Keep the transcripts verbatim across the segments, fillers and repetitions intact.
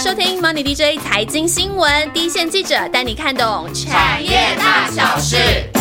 收听 Money D J 财经新闻，第一线记者带你看懂产业大小事。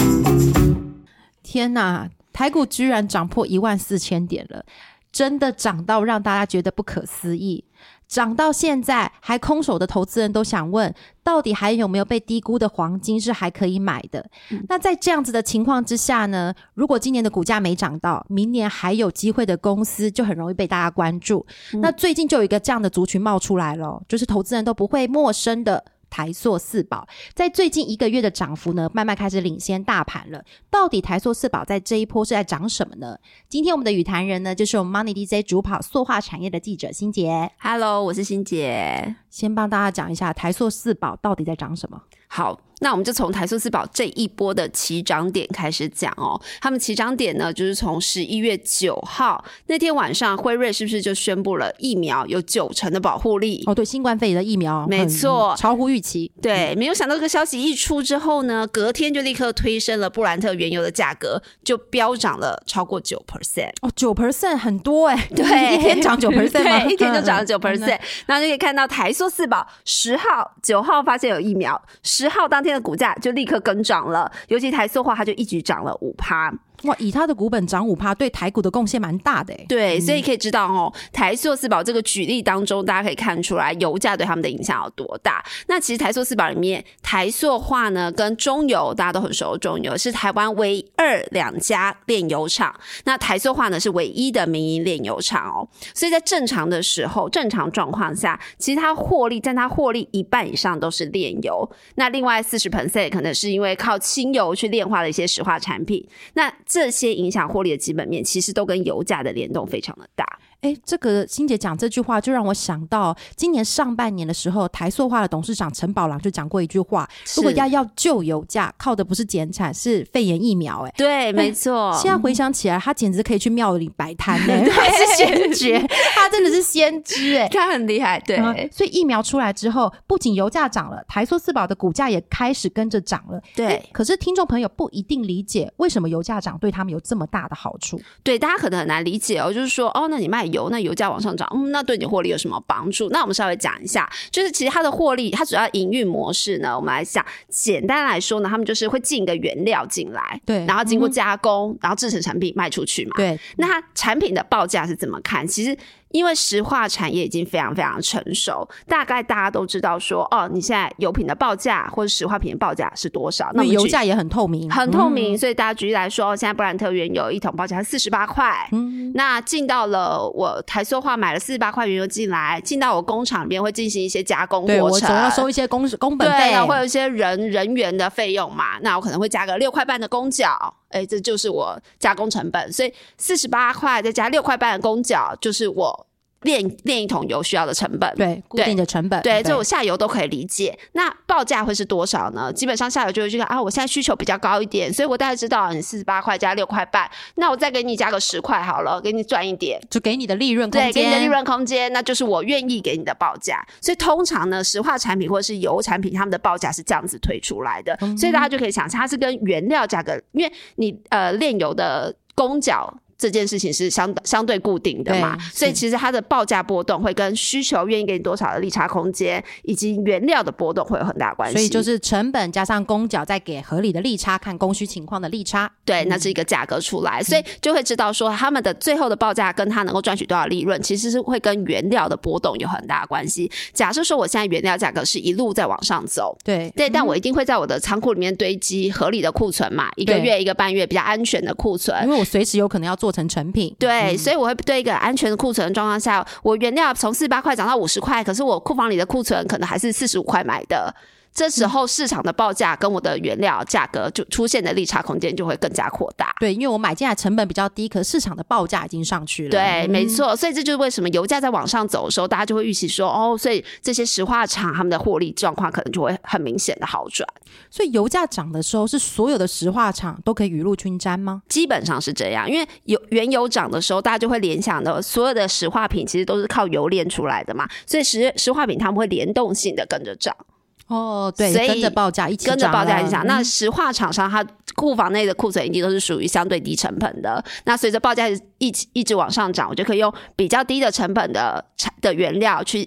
天哪，台股居然涨破一万四千点了，真的涨到让大家觉得不可思议。涨到现在还空手的投资人都想问，到底还有没有被低估的黄金是还可以买的、嗯、那在这样子的情况之下呢，如果今年的股价没涨到，明年还有机会的公司就很容易被大家关注、嗯、那最近就有一个这样的族群冒出来了，就是投资人都不会陌生的台塑四宝，在最近一个月的涨幅呢，慢慢开始领先大盘了。到底台塑四宝在这一波是在涨什么呢？今天我们的语坛人呢，就是我们 Money D J 主跑塑化产业的记者欣杰。 Hello， 我是欣杰。 先帮大家讲一下台塑四宝到底在涨什么。 好，那我们就从台塑四宝这一波的起涨点开始讲哦。他们起涨点呢，就是从十一月九号那天晚上，辉瑞是不是就宣布了疫苗有九成的保护力？ 哦，对，新冠肺炎的疫苗， 没错， 超乎预期。 对，没有想到这个消息一出之后呢，隔天就立刻推升了布兰特原油的价格，就飙涨了超过 百分之九。哦百分之九 很多哎、欸， 对， 一天涨 百分之九 吗？ 对，一天就涨了 百分之九。然后就可以看到台塑四宝十号、九号发现有疫苗，十号当天的股价就立刻跟涨了，尤其台塑化它就一举涨了 百分之五。 哇，以它的股本涨 百分之五， 对台股的贡献蛮大的耶。 对、嗯、所以可以知道哦，台塑四宝这个举例当中，大家可以看出来油价对他们的影响有多大。那其实台塑四宝里面，台塑化呢跟中油大家都很熟，中油是台湾唯二两家炼油厂，那台塑化呢是唯一的民营炼油厂哦。所以在正常的时候，正常状况下，其实它获利占它获利一半以上都是炼油，那另外 百分之四十 可能是因为靠轻油去炼化的一些石化产品。那这些影响获利的基本面其实都跟油价的联动非常的大。 哎，这个欣姐讲这句话就让我想到今年上半年的时候，台塑化的董事长陈宝郎就讲过一句话，如果要要救油价，靠的不是减产，是肺炎疫苗。哎， 对，没错。 现在回想起来，他简直可以去庙里摆摊呢，他是先觉，他真的是先知哎， 他很厉害。对、 嗯，所以疫苗出来之后，不仅油价涨了，台塑四宝的股价也开始跟着涨了。 对， 可是听众朋友不一定理解为什么油价涨对他们有这么大的好处。 对，大家可能很难理解哦，就是说哦，那你卖油，那油价往上涨，嗯，那对你获利有什么帮助？那我们稍微讲一下，就是其实它的获利，它主要营运模式呢，我们来讲，简单来说呢，他们就是会进一个原料进来， 对， 然后经过加工，嗯、然后制成产品卖出去嘛， 对。 那它产品的报价是怎么看？其实。因为石化产业已经非常非常成熟，大概大家都知道说，哦，你现在油品的报价或者石化品的报价是多少？ 那油价也很透明， 很透明、嗯。所以大家举例来说，现在布兰特原油一桶报价是四十八块，嗯，那进到了我台塑化买了四十八块原油进来，进到我工厂里面会进行一些加工过程，对， 我总要收一些工工本费， 对，会有一些人人员的费用嘛，那我可能会加个六块半的工缴。哎，这就是我加工成本，所以四十八块再加六块半的工缴，就是我炼炼一桶油需要的成本， 对，固定的成本， 对，这我下游都可以理解。那报价会是多少呢？基本上下游就会去看啊，我现在需求比较高一点，所以我大概知道你四十八块加六块半，那我再给你加个十块好了，给你赚一点， 就给你的利润空间， 对，给你的利润空间，那就是我愿意给你的报价。所以通常呢，石化产品或者是油产品，他们的报价是这样子推出来的，嗯、所以大家就可以想象，它是跟原料价格，因为你呃炼油的工缴。这件事情是相相对固定的嘛，所以其实它的报价波动会跟需求愿意给你多少的利差空间，以及原料的波动会有很大关系。 所以就是成本加上工缴，再给合理的利差，看供需情况的利差。 对，那是一个价格出来，嗯、所以就会知道说他们的最后的报价跟他能够赚取多少利润，其实是会跟原料的波动有很大的关系。假设说我现在原料价格是一路在往上走， 对对，但我一定会在我的仓库里面堆积合理的库存嘛，一个月一个半月比较安全的库存， 因为我随时有可能要做成成品。 对、嗯，所以我会对一个安全的库存的状况下，我原料从四十八块涨到五十块，可是我库房里的库存可能还是四十五块买的。这时候市场的报价跟我的原料价格就出现的利差空间就会更加扩大。 对，因为我买进来成本比较低，可是市场的报价已经上去了。 对， 嗯、 没错。所以这就是为什么油价在往上走的时候，大家就会预期说，哦，所以这些石化厂他们的获利状况可能就会很明显的好转。 所以油价涨的时候，是所有的石化厂都可以雨露均沾吗？ 基本上是这样，因为油原油涨的时候，大家就会联想的所有的石化品其实都是靠油炼出来的嘛，所以石石化品他们会联动性的跟着涨。 哦，对，跟着报价一起涨， 跟着报价一起涨。那石化厂商它库房内的库存一定都是属于相对低成本的，那随着报价一一直往上涨，我就可以用比较低的成本的的原料去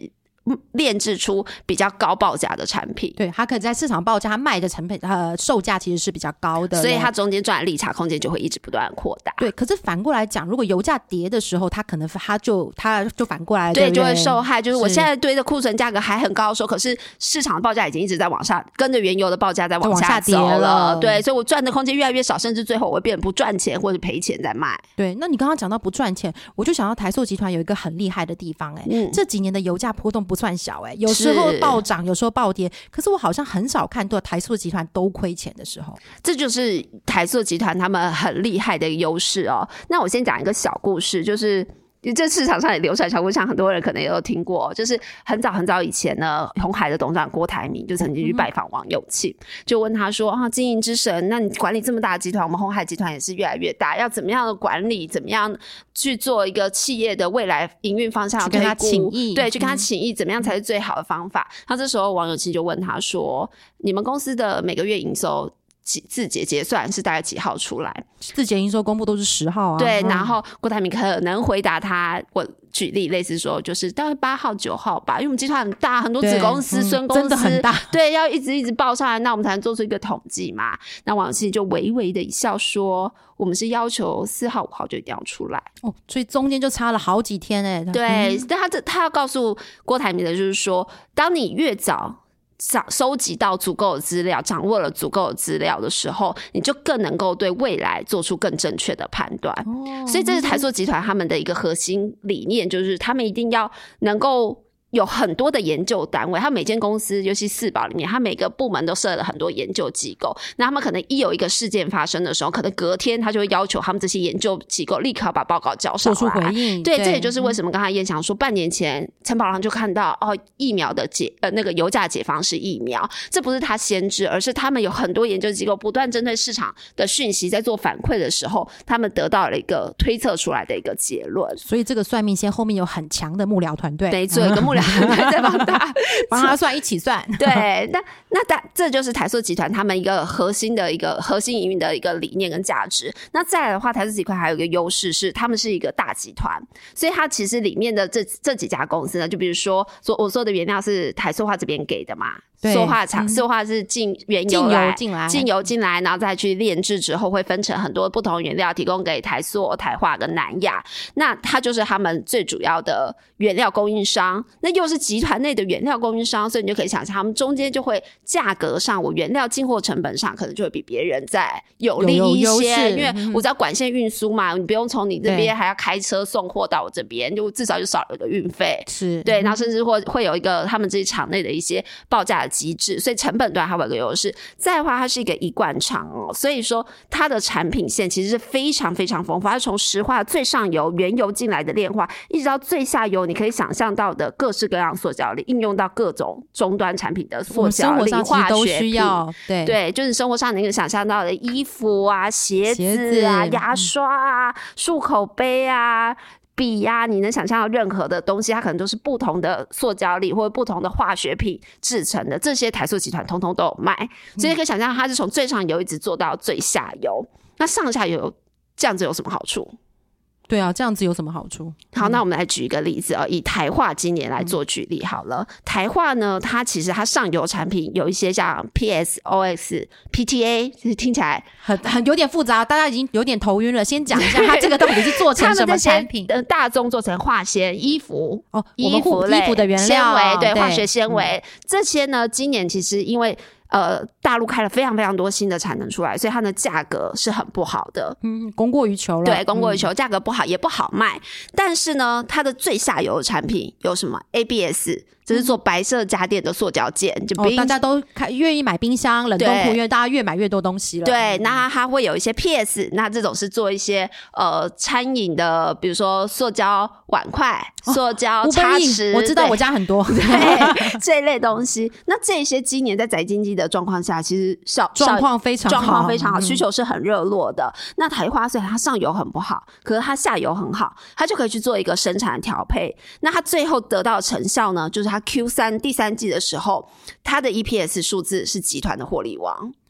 炼制出比较高报价的产品。 对，它可以在市场报价，它卖的成本呃售价其实是比较高的， 所以它中间赚的利差空间就会一直不断扩大。 对，可是反过来讲，如果油价跌的时候，它可能它就它就反过来了， 对, 对, 对， 就会受害。就是我现在堆的库存价格还很高的时候，可是市场的报价已经一直在往下，跟着原油的报价在往下走 了, 往下跌了。 对，所以我赚的空间越来越少，甚至最后我会变成不赚钱或者赔钱在卖。 对，那你刚刚讲到不赚钱，我就想到台塑集团有一个很厉害的地方、欸嗯、 这几年的油价波动不算小、欸、有时候暴涨有时候暴跌，可是我好像很少看到台塑集团都亏钱的时候。 这就是台塑集团他们很厉害的优势哦。那我先讲一个小故事，就是这市场上也流传小故事，很多人可能也有听过。就是很早很早以前呢，鸿海的董事长郭台铭就曾经去拜访王永庆、嗯、就问他说啊，经营之神，那你管理这么大的集团，我们鸿海集团也是越来越大，要怎么样的管理，怎么样去做一个企业的未来营运方向去跟他请益， 对，去跟他请益、嗯、怎么样才是最好的方法。那这时候王永庆就问他说，你们公司的每个月营收自结结算是大概几号出来？ 自结营收公布都是十号啊。 对、 嗯、 然后郭台铭可能回答他，我举例类似说就是大概八号九号吧，因为我们集团很大，很多子公司孙、嗯、公司真的很大， 对，要一直一直报上来，那我们才能做出一个统计嘛。那王永庆就微微的一笑说，我们是要求四号五号就一定要出来哦，所以中间就差了好几天哎、欸。 对、嗯、但他他要告诉郭台铭的就是说，当你越早收集到足够的资料，掌握了足够的资料的时候，你就更能够对未来做出更正确的判断、哦、所以这是台塑集团他们的一个核心理念，就是他们一定要能够有很多的研究单位，他每间公司尤其四宝里面，他每个部门都设了很多研究机构，那他们可能一有一个事件发生的时候，可能隔天他就会要求他们这些研究机构立刻把报告交上来， 做出回应。 对, 对， 这也就是为什么刚才燕翔说、嗯、半年前陈宝郎就看到哦，疫苗的解呃那个油价解放是疫苗，这不是他先知，而是他们有很多研究机构不断针对市场的讯息在做反馈的时候，他们得到了一个推测出来的一个结论。 所以这个算命先后面有很强的幕僚团队， 没错，一个幕僚团队在帮他帮他算，一起算。 对，那那大这就是台塑集团他们一个核心的一个核心营运的一个理念跟价值。那再来的话，台塑集团还有一个优势是他们是一个大集团，所以它其实里面的这这几家公司呢，就比如说我说的原料是台塑化这边给的嘛，塑化厂塑化是进原油来进油进来进油进来，然后再去炼制之后会分成很多不同原料提供给台塑、台化跟南亚，那它就是他们最主要的原料供应商，那又是集团内的原料供应商，所以你就可以想象他们中间就会价格上，我原料进货成本上可能就会比别人再有利一些，因为我只要管线运输嘛，你不用从你这边还要开车送货到我这边，就至少就少了一个运费， 是对，然后甚至会会有一个他们这些厂内的一些报价的机制，所以成本端它会有个优势。再的话，它是一个一贯厂哦，所以说它的产品线其实是非常非常丰富，它从石化最上游原油进来的炼化，一直到最下游你可以想象到的各式各样塑胶粒，应用到各种终端产品的塑胶粒、化学品， 对对，就是生活上你能想象到的衣服啊、鞋子啊、牙刷啊、漱口杯啊、笔啊，你能想象到任何的东西，它可能都是不同的塑胶粒或者不同的化学品制成的，这些台塑集团通通都有卖，所以可以想象它是从最上游一直做到最下游。那上下游这样子有什么好处？ 对啊，这样子有什么好处？ 好，那我们来举一个例子、哦、以台化今年来做举例好了、嗯、台化呢，它其实它上游产品有一些像 P S O X、P T A， 听起来很很有点复杂，大家已经有点头晕了。先讲一下它这个到底是做成什么产品？ 呃，大宗做成化纤、衣服哦， 衣服类、衣服的原料、 纤维，对， 对化学纤维、 嗯、 这些呢，今年其实因为呃，大陆开了非常非常多新的产能出来，所以它的价格是很不好的， 嗯，供过于求了， 对，供过于求，价、嗯、格不好也不好卖。但是呢，它的最下游的产品有什么 ？A B S。这是做白色家电的塑胶件，就冰、 哦、大家都愿意买冰箱、冷冻库，因为大家越买越多东西了。 对，那它会有一些 P S， 那这种是做一些呃餐饮的，比如说塑胶碗筷、哦、塑胶叉匙， 我知道我家很多， 对这一类东西。那这些今年在宅经济的状况下，其实状况非常好， 状况非常好，需求是很热络的。嗯、那台化虽然它上游很不好，可是它下游很好，它就可以去做一个生产调配。那它最后得到的成效呢，就是它 Q 三 第三季的时候，它的 E P S 数字是集团的获利王。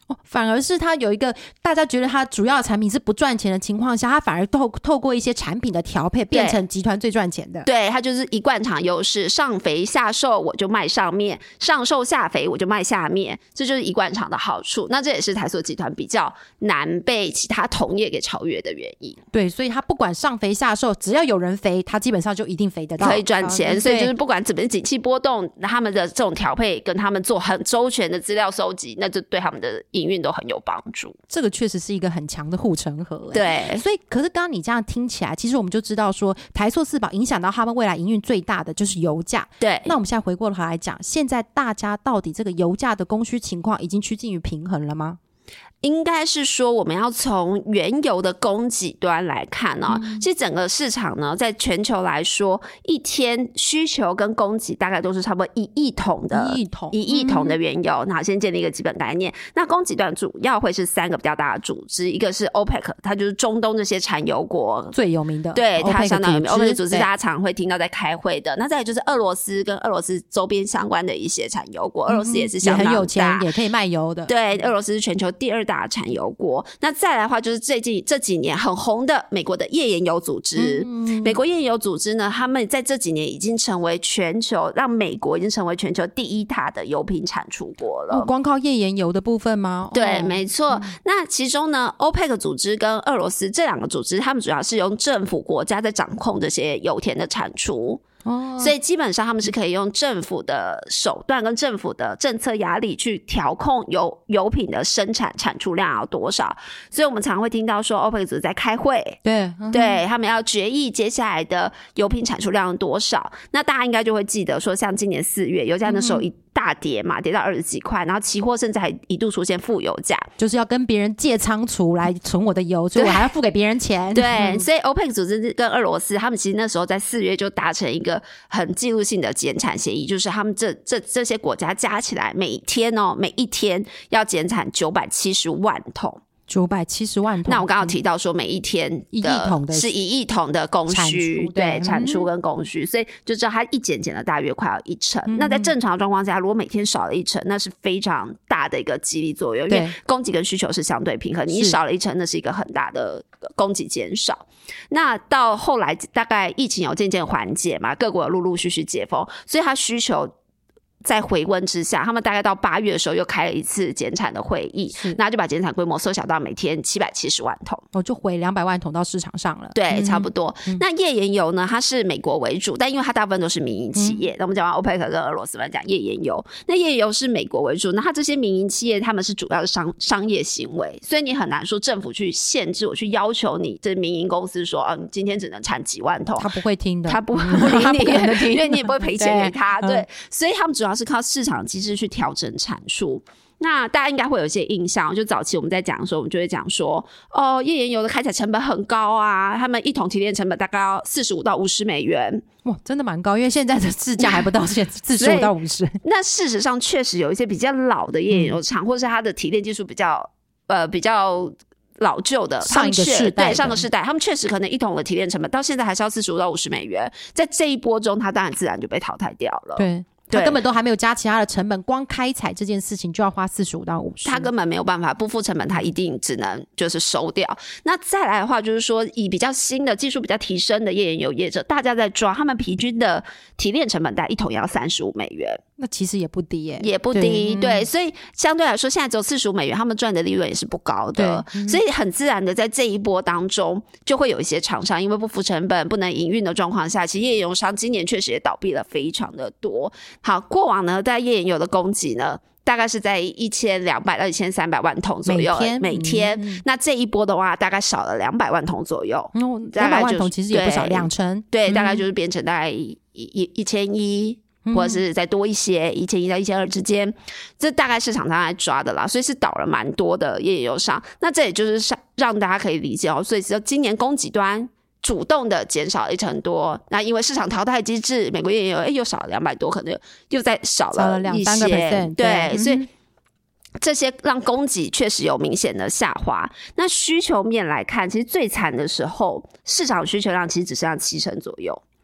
哦，反而是它有一个大家觉得它主要的产品是不赚钱的情况下，它反而透透过一些产品的调配变成集团最赚钱的。 对，它就是一贯场优势，上肥下瘦我就卖上面，上瘦下肥我就卖下面，这就是一贯场的好处。那这也是台塑集团比较难被其他同业给超越的原因。 对，所以它不管上肥下瘦，只要有人肥，它基本上就一定肥得到， 可以赚钱。 啊、 所以就是不管怎么景气波动，他们的这种调配跟他们做很周全的资料收集，那就对他们的营运都很有帮助。 这个确实是一个很强的护城河。 对， 所以可是刚刚你这样听起来，其实我们就知道说，台塑四宝影响到他们未来营运最大的就是油价。 对， 那我们现在回过头来讲，现在大家到底这个油价的供需情况已经趋近于平衡了吗？ 应该是说我们要从原油的供给端来看哦、嗯、其实整个市场呢在全球来说一天需求跟供给大概都是差不多一亿桶的一亿桶一亿桶的原油、嗯、那先建立一个基本概念。那供给端主要会是三个比较大的组织，一个是 OPEC， 它就是中东这些产油国最有名的， 对，它相当有名 OPEC 组织，大家常会听到在开会的。那再来就是俄罗斯跟俄罗斯周边相关的一些产油国、嗯、俄罗斯也是相当大， 也很有钱，也可以卖油的。 对，俄罗斯是全球第二大大产油国。那再来的话就是最近这几年很红的美国的页岩油组织、嗯、美国页岩油组织呢，他们在这几年已经成为全球，让美国已经成为全球第一大的油品产出国了、 哦、光靠页岩油的部分吗？ 对、 哦、 没错、嗯、那其中呢 OPEC 组织跟俄罗斯这两个组织，他们主要是用政府国家在掌控这些油田的产出哦，所以基本上他们是可以用政府的手段跟政府的政策压力去调控油油品的生产产出量要多少。所以我们常会听到说 OPEC 组织在开会， 对、嗯、 对，他们要决议接下来的油品产出量多少。那大家应该就会记得说，像今年四月油价那时候一大跌嘛，跌到二十几块，然后期货甚至还一度出现负油价， 就是要跟别人借仓储来存我的油，所以我还要付给别人钱。 对，所以 OPEC 组织跟俄罗斯他们其实那时候在四月就达成一个很记录性的减产协议，就是他们这这这些国家加起来每天哦，每一天要减产九百七十万桶。 九百七十万桶。 那我刚刚提到说每一天的一亿桶的是一亿桶的供需，对，产出跟供需、嗯、所以就知道它一减减了大约快要一成、嗯、那在正常状况下如果每天少了一成，那是非常大的一个激励作用，因为供给跟需求是相对平衡，你一少了一成，那是一个很大的供给减少。那到后来大概疫情有渐渐缓解嘛，各国有陆陆续续解封，所以它需求在回温之下，他们大概到八月的时候又开了一次减产的会议，那就把减产规模缩小到每天七百七十万桶， 哦，就回两百万桶到市场上了。 对、 嗯、 差不多、嗯、那页岩油呢，它是美国为主，但因为它大部分都是民营企业、嗯、那我们讲完 OPEC 跟俄罗斯来讲页岩油，那页岩油是美国为主，那它这些民营企业他们是主要的商商业行为，所以你很难说政府去限制我去要求你这民营公司说、啊、你今天只能产几万桶， 他不会听的， 他不不理你，因为你也不会赔钱给他。 对, 对，所以他们主要是靠市场机制去调整产数。那大家应该会有一些印象，就早期我们在讲的时候，我们就会讲说，哦，页岩油的开采成本很高啊，他们一桶提炼成本大概要四十五到五十美元。 哇，真的蛮高，因为现在的市价还不到四十五到五十。 那事实上确实有一些比较老的页岩油厂、嗯、或是它的提炼技术比较呃比较老旧的上一个世代的， 对，上个世代他们确实可能一桶的提炼成本到现在还是要四十五到五十美元，在这一波中它当然自然就被淘汰掉了。 对，他根本都还没有加其他的成本，光开采这件事情就要花四十五到五十， 他根本没有办法不付成本，他一定只能就是收掉。那再来的话就是说，以比较新的技术比较提升的页岩油业者，大家在抓他们平均的提炼成本大概一桶也要三十五美元， 那其实也不低耶、欸， 也不低。 对, 对， 嗯、 所以相对来说现在只有四十五美元，他们赚的利润也是不高的、嗯、所以很自然的在这一波当中就会有一些厂商因为不付成本不能营运的状况下，其实页岩油商今年确实也倒闭了非常的多。好，过往呢在页岩油的供给呢大概是在一千两百到一千三百万桶左右，每天, 每天、嗯、那这一波的话大概少了两百万桶左右， 两百、嗯、万桶其实也不少，两成。 对、嗯、大概就是变成大概一一千一或者是再多一些，一千一到一千二之间，这大概市场上来抓的啦，所以是倒了蛮多的页岩油商。那这也就是让大家可以理解哦，所以只有今年供给端主动的减少一成多，那因为市场淘汰机制，美国页岩油、欸、又少了两百多，可能又再少了一些， 少了 百分之二对, 对，所以嗯这些让供给确实有明显的下滑。那需求面来看，其实最惨的时候，市场需求量其实只剩下七成左右。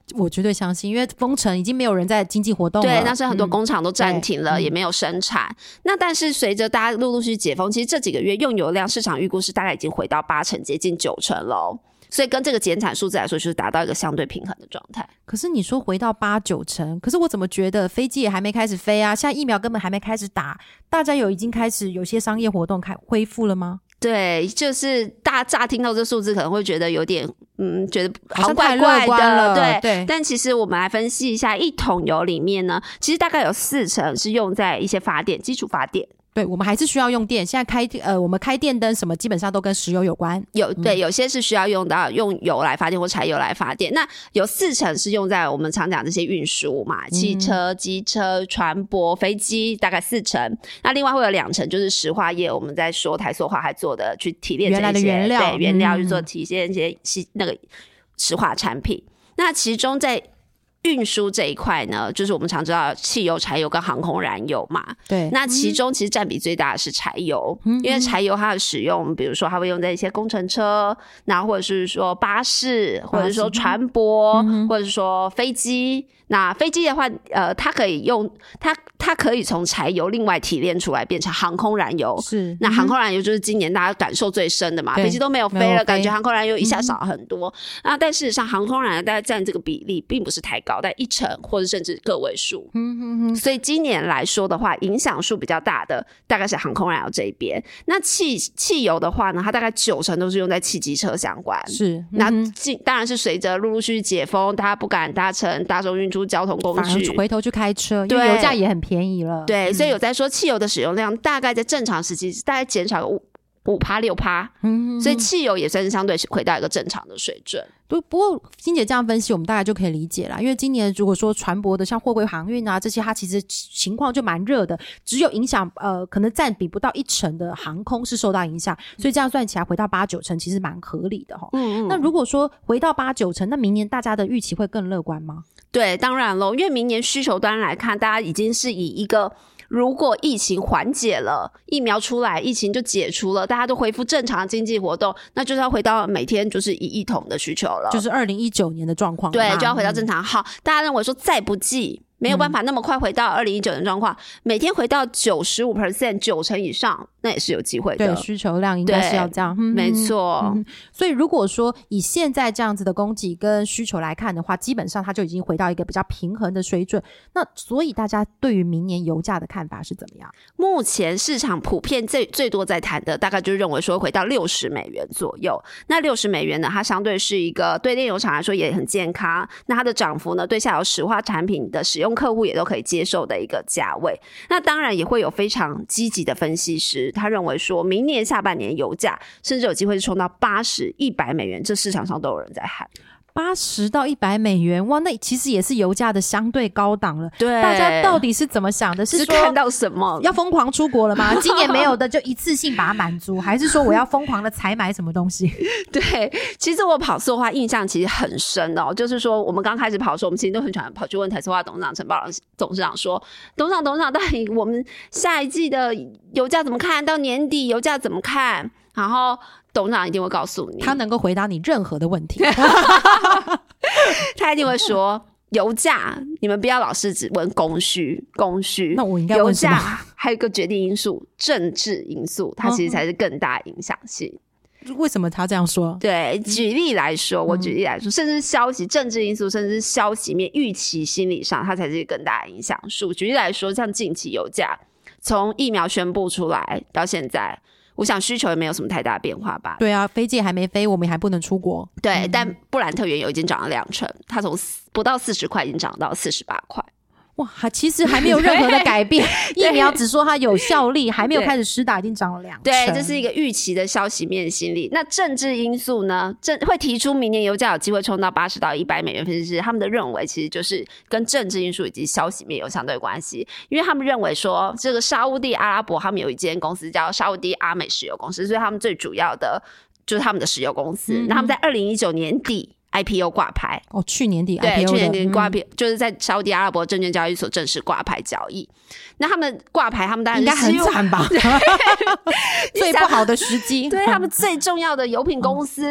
我绝对相信，因为封城已经没有人在经济活动了， 对，那是很多工厂都暂停了、 嗯、 也没有生产、嗯、那但是随着大家陆陆续续解封，其实这几个月用油量市场预估是大概已经回到八成接近九成了，所以跟这个减产数字来说就是达到一个相对平衡的状态。 可是你说回到八九成，可是我怎么觉得飞机也还没开始飞啊，现在疫苗根本还没开始打，大家有已经开始有些商业活动开恢复了吗？ 对，就是大家乍听到这数字可能会觉得有点嗯，觉得好像怪怪的，对对。 但其实我们来分析一下，一桶油里面呢，其实大概有四成是用在一些发电、基础发电。 对，我们还是需要用电。现在开呃，我们开电灯什么，基本上都跟石油有关。 有对、嗯，有些是需要用到用油来发电或柴油来发电。那有四成是用在我们常讲这些运输嘛，汽车、机车、船舶、飞机，大概四成。那另外会有两成就是石化业，我们在说台塑化还做的去提炼这些原来的原料， 对原料去做提炼一些那个石化产品。那其中在运输这一块呢，就是我们常知道汽油、柴油跟航空燃油嘛。 对， 那其中其实占比最大的是柴油，嗯、因为柴油它的使用，比如说它会用在一些工程车，那或者是说巴士，或者是说船舶，嗯、或者是说飞机。那飞机的话，呃，它可以用它，它可以从柴油另外提炼出来变成航空燃油。 是， 那航空燃油就是今年大家感受最深的嘛，飞机都没有飞了，感觉航空燃油一下少很多。嗯、那但事实上，航空燃油大概占这个比例并不是太高，但一成或者甚至个位数。嗯哼哼。所以今年来说的话，影响数比较大的大概是航空燃油这一边。那汽汽油的话呢，它大概九成都是用在汽机车相关。 是，嗯、 那当然是随着陆陆续续解封，大家不敢搭乘大众运输交通工具， 反而回头去开车，因为油价也很便宜了。 对， 嗯、 所以有在说汽油的使用量大概在正常时期大概减少个五五趴六趴，所以汽油也算是相对回到一个正常的水准。 不不过欣姐这样分析，我们大概就可以理解啦。因为今年如果说船舶的像货柜航运啊这些，它其实情况就蛮热的，只有影响呃可能占比不到一成的航空是受到影响，所以这样算起来回到八九成其实蛮合理的齁。嗯嗯。那如果说回到八九成，那明年大家的预期会更乐观吗？ 对，当然咯，因为明年需求端来看，大家已经是以一个如果疫情缓解了，疫苗出来，疫情就解除了，大家都恢复正常的经济活动，那就是要回到每天就是一亿桶的需求了， 就是二零一九年的状况。 对，就要回到正常。好，大家认为说再不济没有办法那么快回到二零一九年的状况、嗯、每天回到 百分之九十五 九成以上，那也是有机会的。 对，需求量应该是要这样。嗯、 没错、 嗯。所以如果说以现在这样子的供给跟需求来看的话，基本上它就已经回到一个比较平衡的水准。那所以大家对于明年油价的看法是怎么样？ 目前市场普遍最最多在谈的大概就认为说回到六十美元左右。那六十美元呢，它相对是一个对炼油厂来说也很健康，那它的涨幅呢对下游石化产品的使用客户也都可以接受的一个价位。那当然也会有非常积极的分析师，他认为说明年下半年油价甚至有机会是冲到八十、一百美元，这市场上都有人在喊。 八十到一百美元，哇，那其实也是油价的相对高档了。 对， 大家到底是怎么想的？是说是看到什么要疯狂出国了吗？今年没有的就一次性把它满足，还是说我要疯狂的采买什么东西？ 对，其实我跑塑化印象其实很深哦，就是说我们刚开始跑的时候，我们其实都很喜欢跑去问台塑化董事长陈宝良董事长说，董事长董事长到底我们下一季的油价怎么看？到年底油价怎么看？然后董事长一定会告诉你， 他能够回答你任何的问题。 他一定会说油价你们不要老是只问供需供需， 那我应该问什么？ 油价还有一个决定因素，政治因素，它其实才是更大影响性。 为什么他这样说？ 对，举例来说，我举例来说，甚至消息、政治因素，甚至是消息面、预期心理上，它才是更大的影响数。举例来说，像近期油价从疫苗宣布出来到现在，我想需求也没有什么太大的变化吧。 对啊，飞机还没飞，我们还不能出国。 对、嗯、但布兰特原油已经涨了两成，它从不到四十块已经涨到四十八块。 哇，其实还没有任何的改变。疫苗只说它有效力，还没有开始施打，已经涨了两成。 对，这是一个预期的消息面心理。那政治因素呢？政会提出明年油价有机会冲到八十到一百美元，分析师他们的认为其实就是跟政治因素以及消息面有相对关系，因为他们认为说这个沙烏地阿拉伯他们有一间公司叫沙烏地阿美石油公司，所以他们最主要的就是他们的石油公司。嗯、那他们在二零一九年底I P O 挂牌哦，去年底 I P O 的， 对，去年底挂牌、嗯、就是在沙烏地阿拉伯证券交易所正式挂牌交易。那他们挂牌，他们当然是应该很惨吧？最不好的时机， 对他们最重要的油品公司。嗯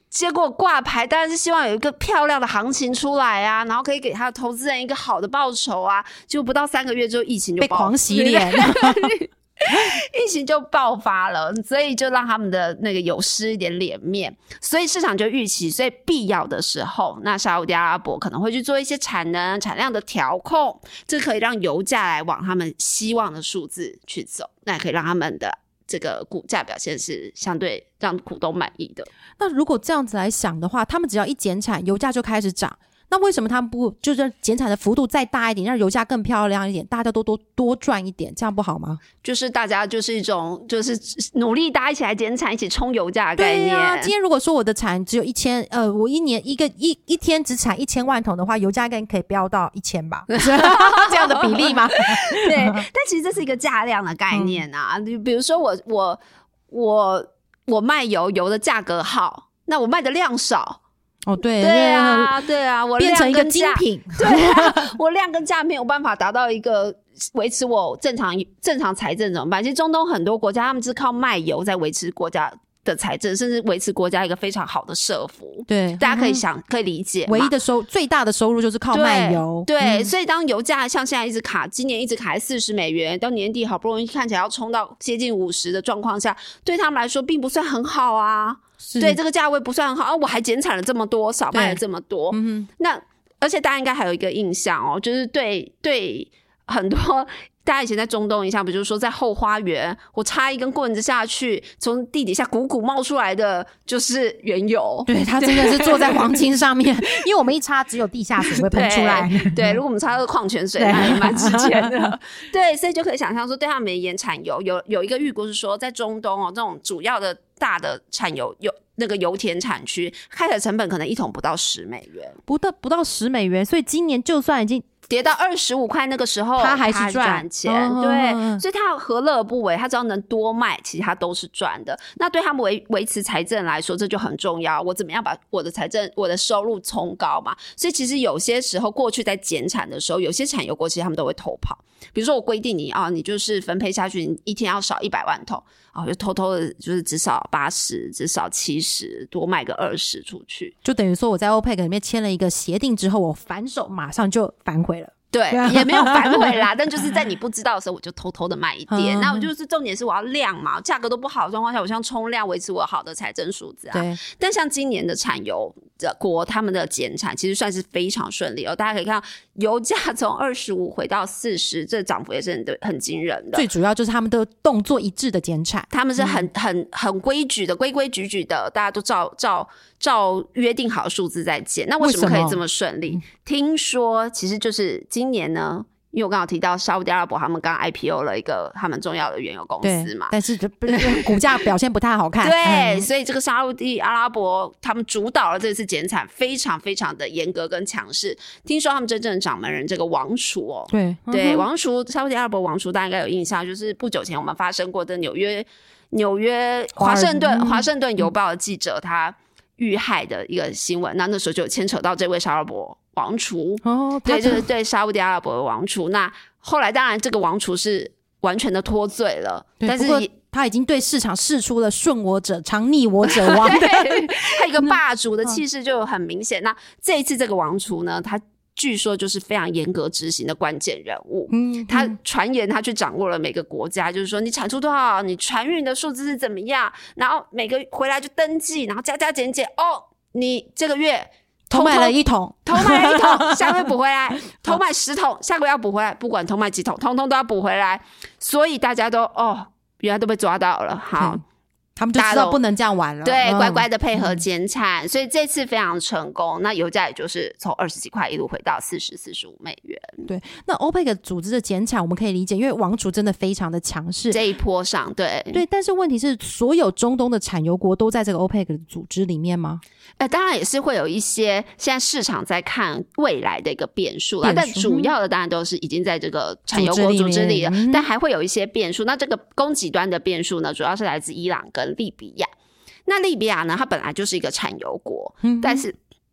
结果挂牌当然是希望有一个漂亮的行情出来啊，然后可以给他的投资人一个好的报酬啊，结果不到三个月之后疫情就被狂洗脸疫情就爆发了，所以就让他们的那个有失一点脸面，所以市场就预期，所以必要的时候，那沙烏地阿拉伯可能会去做一些产能产量的调控，这可以让油价来往他们希望的数字去走，那也可以让他们的这个股价表现是相对让股东满意的。 那如果这样子来想的话，他们只要一减产，油价就开始涨。那为什么他们不就是减产的幅度再大一点，让油价更漂亮一点，大家都多多赚一点，这样不好吗？ 就是大家就是一种就是努力大家一起来减产，一起冲油价的概念。 对啊，今天如果说我的产只有一千，呃，我一年一个一一天只产一千万桶的话，油价应该可以飙到一千吧？这样的比例吗？ 对，但其实这是一个价量的概念啊。嗯、比如说我我我我卖油，油的价格好，那我卖的量少。 哦，对， 对啊，对啊，我变成一个精品， 对啊，我量跟价没有办法达到一个维持我正常正常财政怎么办？其实中东很多国家他们是靠卖油在维持国家的财政，甚至维持国家一个非常好的社福。 对， 大家可以想、嗯、可以理解， 唯一的收最大的收入就是靠卖油。 对，对嗯、所以当油价像现在一直卡，今年一直卡在四十美元，到年底好不容易看起来要冲到接近五十的状况下，对他们来说并不算很好啊。对，这个价位不算很好啊，我还减产了这么多，少卖了这么多。嗯、那而且大家应该还有一个印象哦，就是对对很多大家以前在中东印象，比如说在后花园，我插一根棍子下去，从地底下汩汩冒出来的就是原油。 对，它真的是坐在黄金上面，因为我们一插只有地下水会喷出来。 对, 对，如果我们插的矿泉水，那也蛮直接的。对，所以就可以想象说，对他们而言，产油有有一个预估是说，在中东哦，这种主要的大的产油有那个油田产区，开采成本可能一桶不到十美元， 不到不到十美元，所以今年就算已经跌到二十五块，那个时候他还是赚钱， 哦、 对，所以他何乐而不为？他只要能多卖，其实他都是赚的。那对他们维维持财政来说，这就很重要。我怎么样把我的财政、我的收入冲高嘛？所以其实有些时候，过去在减产的时候，有些产油国其实他们都会偷跑。比如说，我规定你啊，你就是分配下去，你一天要少一百万桶啊，就偷偷的，就是至少八十，至少七十，多卖个二十出去， 就等于说我在 OPEC 里面签了一个协定之后，我反手马上就反悔了。 对，也没有反悔啦，但就是在你不知道的时候，我就偷偷的卖一点。那我就是重点是我要量嘛，价格都不好的状况下，我想冲量维持我好的财政数字啊。 对。 但像今年的产油的国，他们的减产其实算是非常顺利哦。大家可以看到，油价从二十五回到四十，这涨幅也是很很惊人的。 最主要就是他们都动作一致的减产， 他们是很、嗯、很很规矩的，规规矩矩的，大家都照照照约定好的数字在减。那为什么可以这么顺利？听说其实就是今年呢，因为我刚刚提到沙烏地阿拉伯他们刚 I P O 了一个他们重要的原油公司嘛， 但是股价表现不太好看。 对、嗯，所以这个沙烏地阿拉伯他们主导了这次减产，非常非常的严格跟强势。听说他们真正的掌门人这个王储哦， 对对， 嗯、 王储沙烏地阿拉伯王储大家应该有印象，就是不久前我们发生过的纽约纽约华盛顿华盛顿邮报的记者他遇害的一个新闻，那那时候就有牵扯到这位沙烏地阿拉伯王储哦，对，就是对沙烏地阿拉伯的王储。那后来当然这个王储是完全的脱罪了，但是他已经对市场释出了顺我者昌逆我者亡的他一个霸主的气势就很明显。那这一次这个王储呢，他据说就是非常严格执行的关键人物。嗯，嗯他传言他去掌握了每个国家，就是说你产出多少，你船运的数字是怎么样，然后每个回来就登记，然后加加减减，哦，你这个月偷买了一桶， 偷买了一桶，下个月补回来；偷买十桶，下个月要补回来。不管偷买几桶，通通都要补回来。所以大家都哦，原来都被抓到了。好。嗯， 他们就知道不能这样玩了， 对、 嗯， 乖乖的配合减产、嗯，所以这次非常成功。那油价也就是从二十几块一路回到四十、四十五美元。 对，那 OPEC 组织的减产我们可以理解，因为王储真的非常的强势， 这一波上，对对。但是问题是，所有中东的产油国都在这个 OPEC 的组织里面吗？ 呃，当然也是会有一些现在市场在看未来的一个变数啦，但主要的当然都是已经在这个产油国组织里了，嗯、但还会有一些变数。那这个供给端的变数呢，主要是来自伊朗跟利比亚。那利比亚呢，它本来就是一个产油国，嗯、但是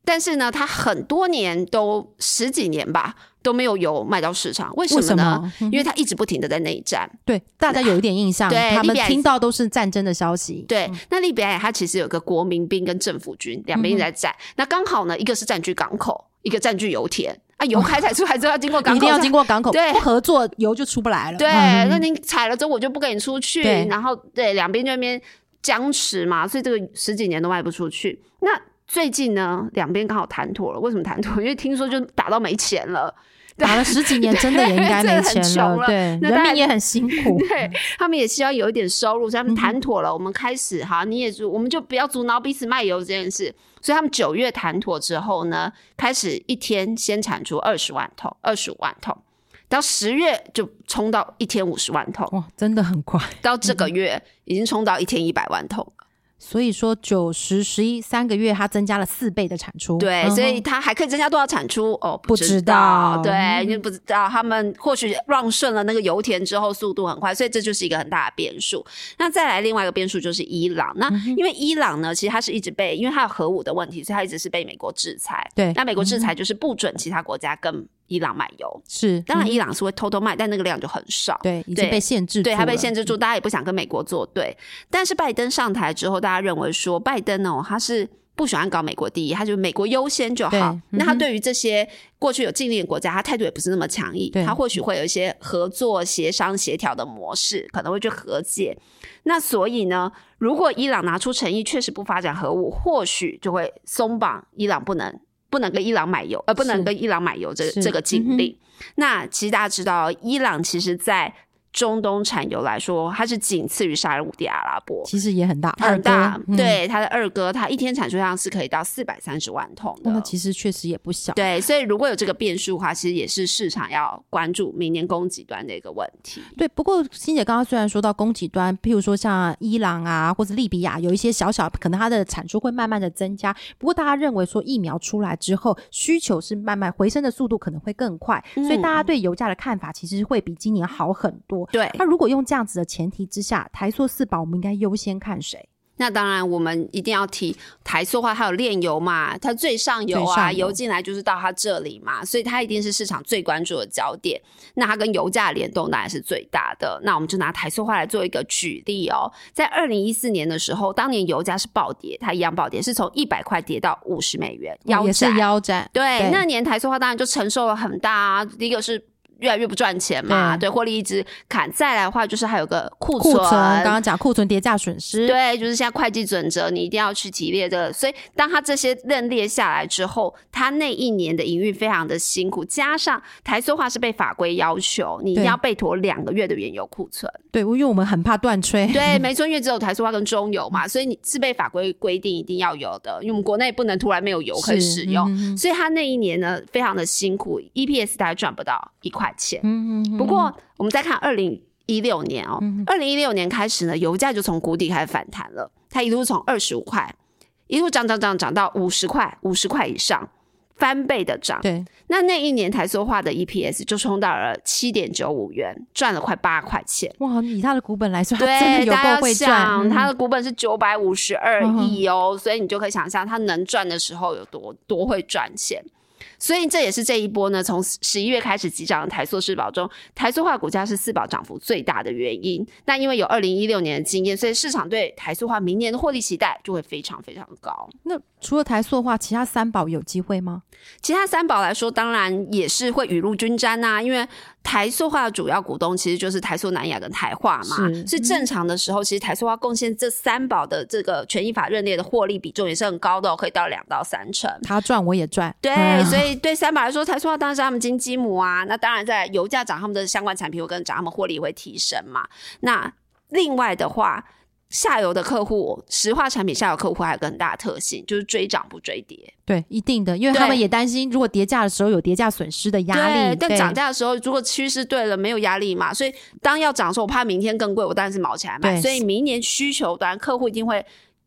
但是呢，它很多年都十几年吧都没有油卖到市场，为什么呢？为什么？因为它一直不停的在内战。 对，大家有一点印象， 对， 他们听到都是战争的消息。 对，嗯、那利比亚它其实有个国民兵跟政府军两边一直在战、嗯，那刚好呢，一个是占据港口，一个占据油田。啊，油开采出来之后要经过港口， 一定要经过港口， 对， 不合作油就出不来了。 对， 嗯、 那你采了之后我就不给你出去，然后对两边就那边僵持嘛，所以这个十几年都卖不出去。那最近呢，两边刚好谈妥了。为什么谈妥？因为听说就打到没钱了。 打了十几年，真的也应该没钱了， 了对，人民也很辛苦， 对他们也希望有一点收入，所以他们谈妥了。嗯、我们开始好，你也我们就不要阻挠彼此卖油这件事。所以他们九月谈妥之后呢，开始一天先产出二十万桶，二十五万桶，到十月就冲到一天五十万桶， 哇，真的很快。 到这个月已经冲到一天一百万桶。 所以说九十十一三个月它增加了四倍的产出， 对、嗯、所以它还可以增加多少产出哦？不知道，对、嗯、就不知道。他们或许让顺了那个油田之后速度很快，所以这就是一个很大的变数。那再来另外一个变数就是伊朗，那因为伊朗呢其实它是一直被，因为它有核武的问题，所以它一直是被美国制裁。 对， 那美国制裁就是不准其他国家跟伊朗买油， 是当然伊朗是会偷偷卖、嗯、但那个量就很少， 对，已经被限制住了， 对，它被限制住，大家也不想跟美国作对。但是拜登上台之后，大家认为说拜登哦，他是不喜欢搞美国第一，他就美国优先就好、嗯、那他对于这些过去有禁令的国家，他态度也不是那么强硬，他或许会有一些合作协商协调的模式，可能会去和解。那所以呢，如果伊朗拿出诚意确实不发展核武，或许就会松绑伊朗不能不能跟伊朗买油，呃，不能跟伊朗买油这这个禁令、嗯。那其实大家知道，伊朗其实在中东产油来说，它是仅次于沙特地阿拉伯， 其实也很大， 很大。嗯、对，它的二哥，它一天产出量是可以到四百三十万桶的， 那其实确实也不小。 对，所以如果有这个变数的话，其实也是市场要关注明年供给端的一个问题。 对，不过欣姐刚刚虽然说到供给端，譬如说像伊朗啊，或者利比亚，有一些小小可能它的产出会慢慢的增加，不过大家认为说疫苗出来之后，需求是慢慢回升的速度可能会更快，嗯、所以大家对油价的看法其实会比今年好很多。 对， 那如果用这样子的前提之下，台塑四宝我们应该优先看谁？ 那当然我们一定要提台塑化，它有炼油嘛，它最上游啊，油进来就是到它这里嘛，所以它一定是市场最关注的焦点。那它跟油价联动当然是最大的。那我们就拿台塑化来做一个举例哦，在二零一四年的时候，当年油价是暴跌，它一样暴跌，是从一百块跌到五十美元，腰斩， 也是腰斩。 对，对，那年台塑化当然就承受了很大啊，第一个是越来越不赚钱嘛，对，获利一直砍。再来的话就是还有个库存， 库存刚刚讲库存跌价损失， 对，就是现在会计准则你一定要去提列这个，所以当他这些认列下来之后，他那一年的营运非常的辛苦，加上台塑化是被法规要求你一定要备妥两个月的原油库存， 对，因为我们很怕断炊， 对，没错，因为只有台塑化跟中油嘛，所以你是被法规规定一定要有的，因为我们国内不能突然没有油可以使用、嗯、所以他那一年呢非常的辛苦， E P S 大概赚不到一块钱。嗯嗯，不过我们再看二零一六年哦，二零一六年开始呢，油价就从谷底开始反弹了，它一路从二十五块一路涨涨涨涨到五十块，五十块以上，翻倍的涨。 对， 那那一年台塑化的 E P S 就冲到了 七点九五元，赚了快八块钱。 哇，以它的股本来说，它真的有够会赚。 它的股本是九百五十二亿哦、嗯，所以你就可以想象它能赚的时候有多多会赚钱。所以这也是这一波呢，从十一月开始急涨的台塑四宝中，台塑化股价是四宝涨幅最大的原因。那因为有二零一六年的经验，所以市场对台塑化明年的获利期待就会非常非常高。 那除了台塑化，其他三宝有机会吗？ 其他三宝来说，当然也是会雨露均沾啊，因为台塑化的主要股东其实就是台塑南亚跟台化嘛，所以正常的时候，其实台塑化贡献这三宝的这个权益法认列的获利比重也是很高的、哦，可以到两到三成。 他赚我也赚， 对、 嗯， 所以对三宝来说，台塑化当然是他们金鸡母啊。那当然在油价涨，他们的相关产品会跟涨，他们获利也会提升嘛。那另外的话，下游的客户，石化产品下游客户还有个很大的特性，就是追涨不追跌。 对，一定的，因为他们也担心如果跌价的时候有跌价损失的压力， 对，但涨价的时候如果趋势对了没有压力嘛，所以当要涨的时候我怕明天更贵，我当然是毛起来买，所以明年需求端客户一定会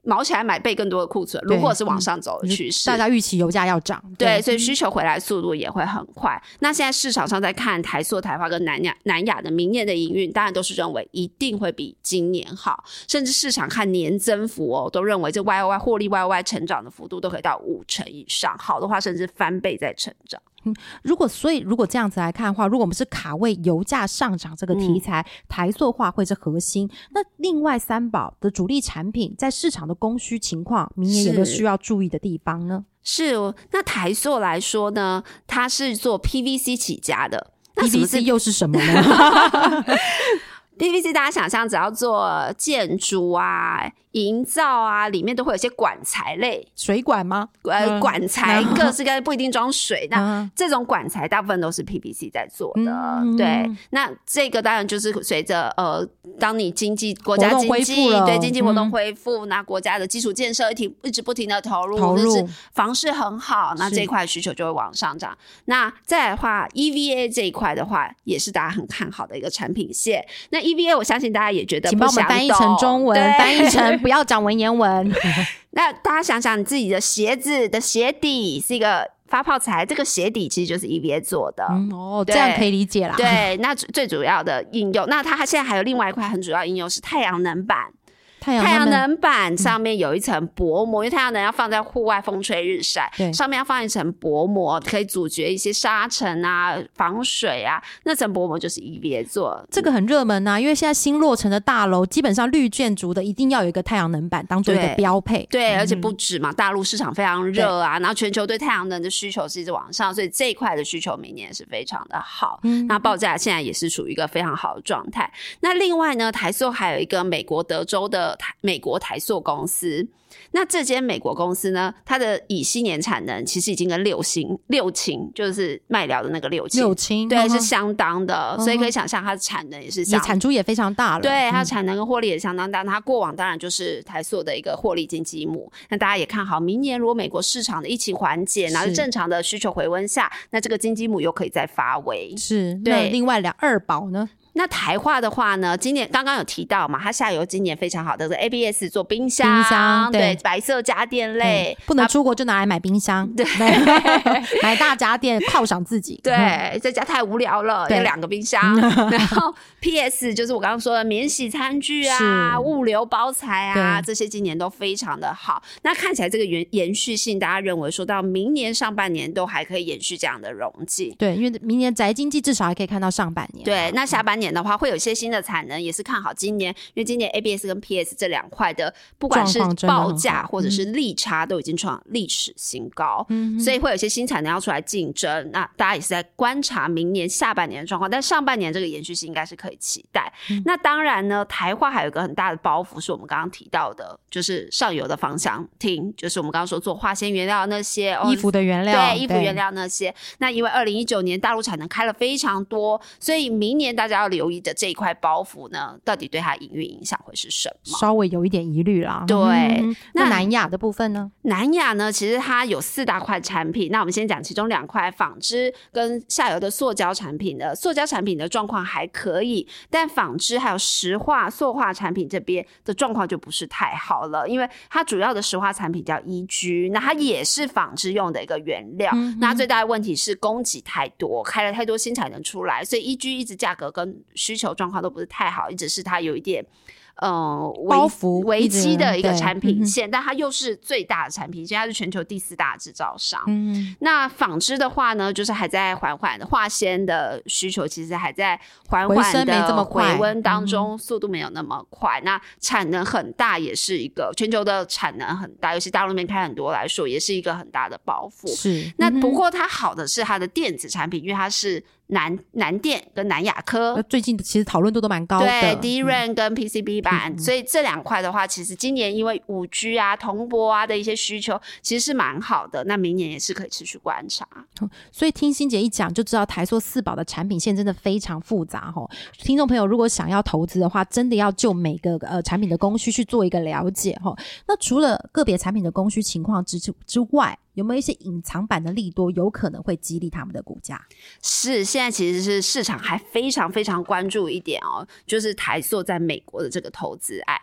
毛起来买备更多的库存，如果是往上走的趋势、 嗯、大家预期油价要涨， 对, 对，所以需求回来速度也会很快、嗯、那现在市场上在看台塑、台化跟南亚南亚的明年的营运，当然都是认为一定会比今年好，甚至市场看年增幅哦，都认为这 Y O Y 获利 Y O Y 成长的幅度都可以到五成以上，好的话甚至翻倍在成长。 嗯、如果所以如果这样子来看的话，如果我们是卡位油价上涨这个题材、嗯、台塑化会是核心，那另外三宝的主力产品在市场的供需情况明年有没有需要注意的地方呢？ 是，那台塑来说呢，它是做 P V C 起家的，那 P V C 又是什么呢 P V C 大家想象只要做建筑啊、营造啊，里面都会有一些管材类， 水管吗？ 呃，管材各式各样，不一定装水。那、 嗯、 这种管材大部分都是 P V C 在做的， 嗯、 对。那这个当然就是随着呃，当你经济国家经济对经济活动恢复，那、嗯、国家的基础建设一停一直不停的投入， 投入就是房市很好，那这一块需求就会往上涨。那再来的话 ，E V A 这一块的话，也是大家很看好的一个产品线。那 E V A 我相信大家也觉得不想懂，请帮我们翻译成中文，翻译成不要讲文言文。 那大家想想，你自己的鞋子的鞋底是一个发泡材，这个鞋底其实就是 E V A 做的、 嗯、哦，这样可以理解啦。 对，那最主要的应用，那它现在还有另外一块很主要应用是太阳能板。太阳能板上面有一层薄膜、嗯、因为太阳能要放在户外风吹日晒，上面要放一层薄膜，可以阻绝一些沙尘啊、防水啊，那层薄膜就是 E V A 做。 这个很热门啊，因为现在新落成的大楼基本上绿建筑的一定要有一个太阳能板当做一个标配。 对, 对、嗯、而且不止嘛，大陆市场非常热啊，然后全球对太阳能的需求是一直往上，所以这一块的需求明年是非常的好、嗯、那报价现在也是属于一个非常好的状态。那另外呢，台塑还有一个美国德州的美国台塑公司，那这间美国公司呢，它的乙烯年产能其实已经跟六氢六氢就是麦寮的那个六氢六氢对、嗯、是相当的、嗯、所以可以想象它的产能也是相也产出也非常大了， 对，它的产能跟获利也相当大、嗯、它过往当然就是台塑的一个获利金鸡母。那大家也看好明年如果美国市场的疫情缓解，然后正常的需求回温下，那这个金鸡母又可以再发威。 是， 对。 那另外两二宝呢？ 那台化的话呢，今年刚刚有提到嘛，它下游今年非常好的 A B S 做冰箱， 冰箱 对, 对白色家电类、 嗯、不能出国就拿来买冰箱，对买大家电犒赏自己， 对、嗯、在家太无聊了，有两个冰箱然后 P S 就是我刚刚说的免洗餐具啊、物流包材啊，这些今年都非常的好。那看起来这个延续性，大家认为说到明年上半年都还可以延续这样的荣景， 对，因为明年宅经济至少还可以看到上半年， 对。那下半年的话会有一些新的产能，也是看好今年，因为今年 A B S 跟 P S 这两块的不管是报价或者是利差都已经创历史新高、嗯、所以会有一些新产能要出来竞争。那大家也是在观察明年下半年的状况，但上半年这个延续性应该是可以期待、嗯、那当然呢，台化还有一个很大的包袱是我们刚刚提到的，就是上游的芳香烃，就是我们刚刚说做化纤原料那些衣服的原料， 对，衣服原料那些。那因为二零一九年大陆产能开了非常多，所以明年大家要留意的这一块包袱呢，到底对它营运影响会是什么？ 稍微有一点疑虑啦。 对、 嗯、那南亚的部分呢？ 南亚呢，其实它有四大块产品，那我们先讲其中两块，纺织跟下游的塑胶产品的。塑胶产品的状况还可以，但纺织还有石化、塑化产品这边的状况就不是太好了，因为它主要的石化产品叫 E G， 那它也是纺织用的一个原料、嗯、那它最大的问题是供给太多，开了太多新产能出来，所以 E G 一直价格跟需求状况都不是太好，一直是它有一点呃包袱危机的一个产品线、嗯、但它又是最大的产品线，它是全球第四大制造商、嗯、那纺织的话呢，就是还在缓缓的化纤的需求其实还在缓缓的回温当中，速度没有那么快、嗯、那产能很大也是一个全球的产能很大，尤其大陆那边开很多来说也是一个很大的包袱。 是， 那不过它好的是它的电子产品，因为它是南南电跟南亚科最近其实讨论度都蛮高的， 对 D R A M 跟 P C B 板、嗯、所以这两块的话其实今年因为 五 G 啊铜箔啊的一些需求其实是蛮好的，那明年也是可以持续观察、 嗯、所以听欣姐一讲就知道台塑四宝的产品线真的非常复杂、哦、听众朋友如果想要投资的话真的要就每个、呃、产品的供需去做一个了解、哦、那除了个别产品的供需情况 之, 之外有没有一些隐藏版的利多有可能会激励他们的股价？ 是，现在其实是市场还非常非常关注一点哦，就是台塑在美国的这个投资案。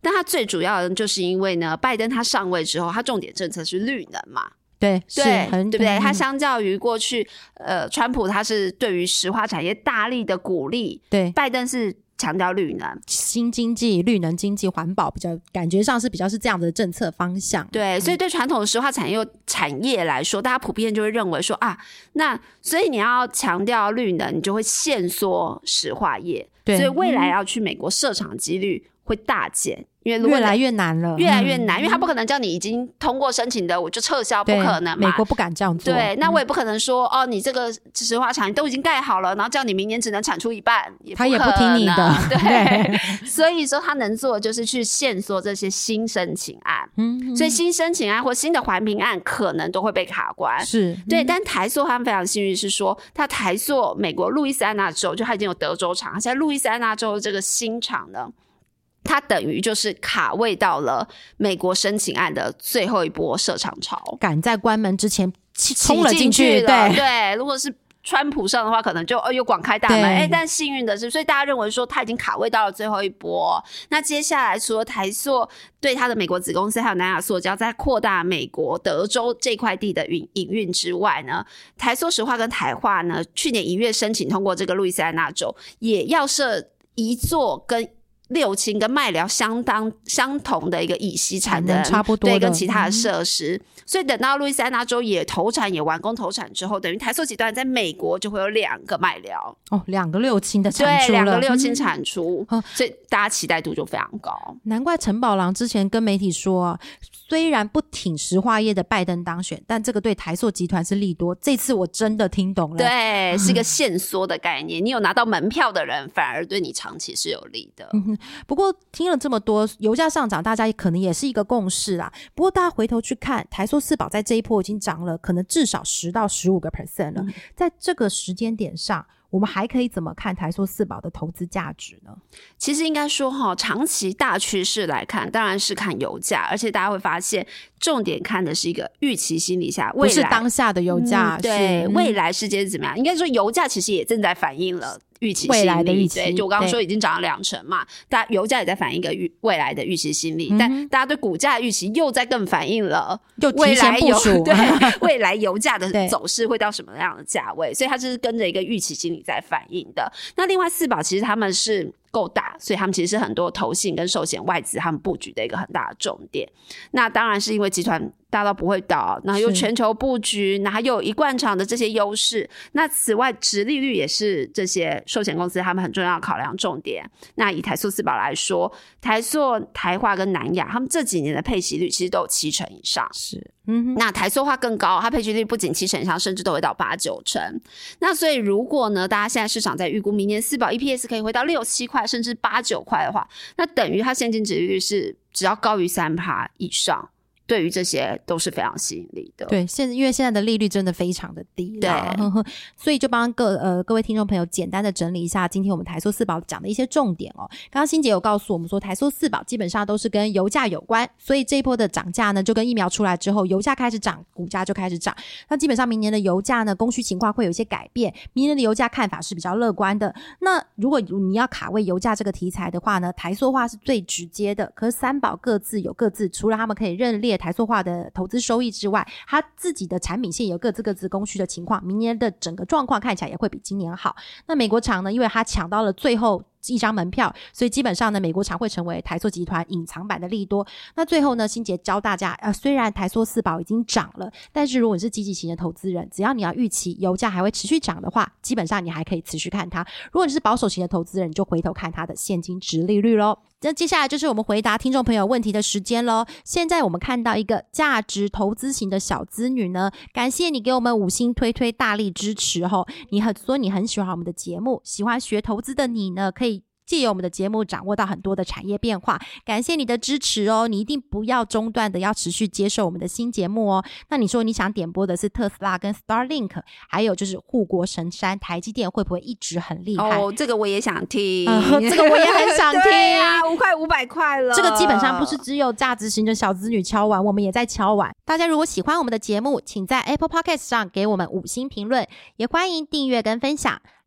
但他最主要的就是因为呢，拜登他上位之后，他重点政策是绿能嘛。 对， 对， 很对不对？ 嗯他相较于过去，呃，川普他是对于石化产业大力的鼓励， 对， 拜登是强调绿能、 新经济、绿能经济、环保，比较感觉上是比较是这样的政策方向。 对，所以对传统的石化产业产业来说，大家普遍就会认为说啊，那所以你要强调绿能，你就会限缩石化业， 对， 所以未来要去美国设厂几率会大减。因为越来越难了， 越来越难、嗯、因为他不可能叫你已经通过申请的我就撤销，不可能嘛。 美国不敢这样做。 对，那我也不可能说、嗯、哦，你这个石化厂都已经盖好了，然后叫你明年只能产出一半，也不可能， 他也不听你的。 对， 对所以说他能做的就是去限缩这些新申请案，嗯，所以新申请案或新的环评案可能都会被卡关。 是， 对， 嗯、 但台塑他们非常幸运是说，他台塑美国路易斯安那州就他已经有德州厂，现在路易斯安那州这个新厂呢，它等于就是卡位到了美国申请案的最后一波设厂潮， 赶在关门之前冲了进去。 对对，如果是川普上的话，可能就、哦、又广开大门。哎，但幸运的是，所以大家认为说他已经卡位到了最后一波。那接下来除了台塑对他的美国子公司还有南亚塑胶在扩大美国德州这块地的营运之外呢，台塑石化跟台化呢，去年一月申请通过这个路易斯安那州，也要设一座跟六轻跟麦寮相当相同的一个乙烯产能， 差不多的， 对，跟其他的设施、嗯、所以等到路易斯安那州也投产也完工投产之后，等于台塑集团在美国就会有两个麦寮哦， 两个六轻的产出了， 对，两个六轻产出、 嗯、 所以大家期待度就非常高。 难怪陈宝郎之前跟媒体说、啊、虽然不挺石化业的拜登当选，但这个对台塑集团是利多，这次我真的听懂了， 对，是个限缩的概念、嗯、你有拿到门票的人反而对你长期是有利的、 嗯，不过听了这么多，油价上涨大家可能也是一个共识啦。不过大家回头去看，台塑四宝在这一波已经涨了可能至少十到十五个 percent 了、嗯、在这个时间点上，我们还可以怎么看台塑四宝的投资价值呢？ 其实应该说齁，长期大趋势来看当然是看油价，而且大家会发现重点看的是一个预期心理下未来， 不是当下的油价、 嗯、对、 嗯、 未来世界是怎么样。应该说油价其实也正在反映了预期心理， 未来的预期， 对，就我刚刚说已经涨了两成嘛，大油价也在反映一个预未来的预期心理、嗯、但大家对股价预期又在更反映了又提前部署， 对未来油价的走势会到什么样的价位，所以它就是跟着一个预期心理在反映的。那另外四宝其实他们是够大，所以他们其实是很多投信跟寿险外资他们布局的一个很大的重点。那当然是因为集团大到不会倒，然后又全球布局，然后又有一贯厂的这些优势。那此外殖利率也是这些寿险公司他们很重要的考量重点。那以台塑四宝来说，台塑、台化跟南亚他们这几年的配息率其实都有七成以上， 是嗯， 那台塑化更高，它配息率不仅七成以上，甚至都会到八九成。那所以如果呢，大家现在市场在预估明年四宝 E P S 可以回到六七块甚至八九块的话，那等于它现金殖利率是只要高于 百分之三 以上，对于这些都是非常吸引力的。 对，现因为现在的利率真的非常的低啦，对，所以就帮各呃各位听众朋友简单的整理一下今天我们台塑四宝讲的一些重点哦。刚刚欣姐有告诉我们说，台塑四宝基本上都是跟油价有关，所以这一波的涨价呢，就跟疫苗出来之后，油价开始涨，股价就开始涨。那基本上明年的油价呢，供需情况会有一些改变，明年的油价看法是比较乐观的。那如果你要卡位油价这个题材的话呢，台塑化是最直接的，可是三宝各自有各自，除了他们可以认列台塑化的投资收益之外，它自己的产品线有各自各自供需的情况，明年的整个状况看起来也会比今年好。那美国厂呢，因为它抢到了最后一张门票，所以基本上呢，美国厂会成为台塑集团隐藏版的利多。那最后呢，欣姐教大家，呃，虽然台塑四宝已经涨了，但是如果你是积极型的投资人，只要你要预期油价还会持续涨的话，基本上你还可以持续看它。如果你是保守型的投资人，你就回头看它的现金殖利率咯。那接下来就是我们回答听众朋友问题的时间咯。现在我们看到一个价值投资型的小资女呢，感谢你给我们五星推推大力支持吼，你很说你很喜欢我们的节目，喜欢学投资的你呢，可以借由我们的节目掌握到很多的产业变化，感谢你的支持哦！你一定不要中断的，要持续接受我们的新节目哦。那你说你想点播的是特斯拉跟 Starlink， 还有就是护国神山台积电会不会一直很厉害？ 哦，这个我也想听， 呃、这个我也很想听对啊，五块五百块了。 这个基本上不是只有价值型的小资女敲碗，我们也在敲碗。大家如果喜欢我们的节目，请在 Apple Podcast 上给我们五星评论，也欢迎订阅跟分享。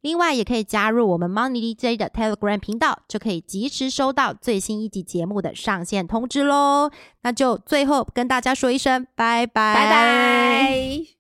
另外也可以加入我们 Money D J 的 Telegram 频道，就可以及时收到最新一集节目的上线通知咯。那就最后跟大家说一声拜拜， 拜拜。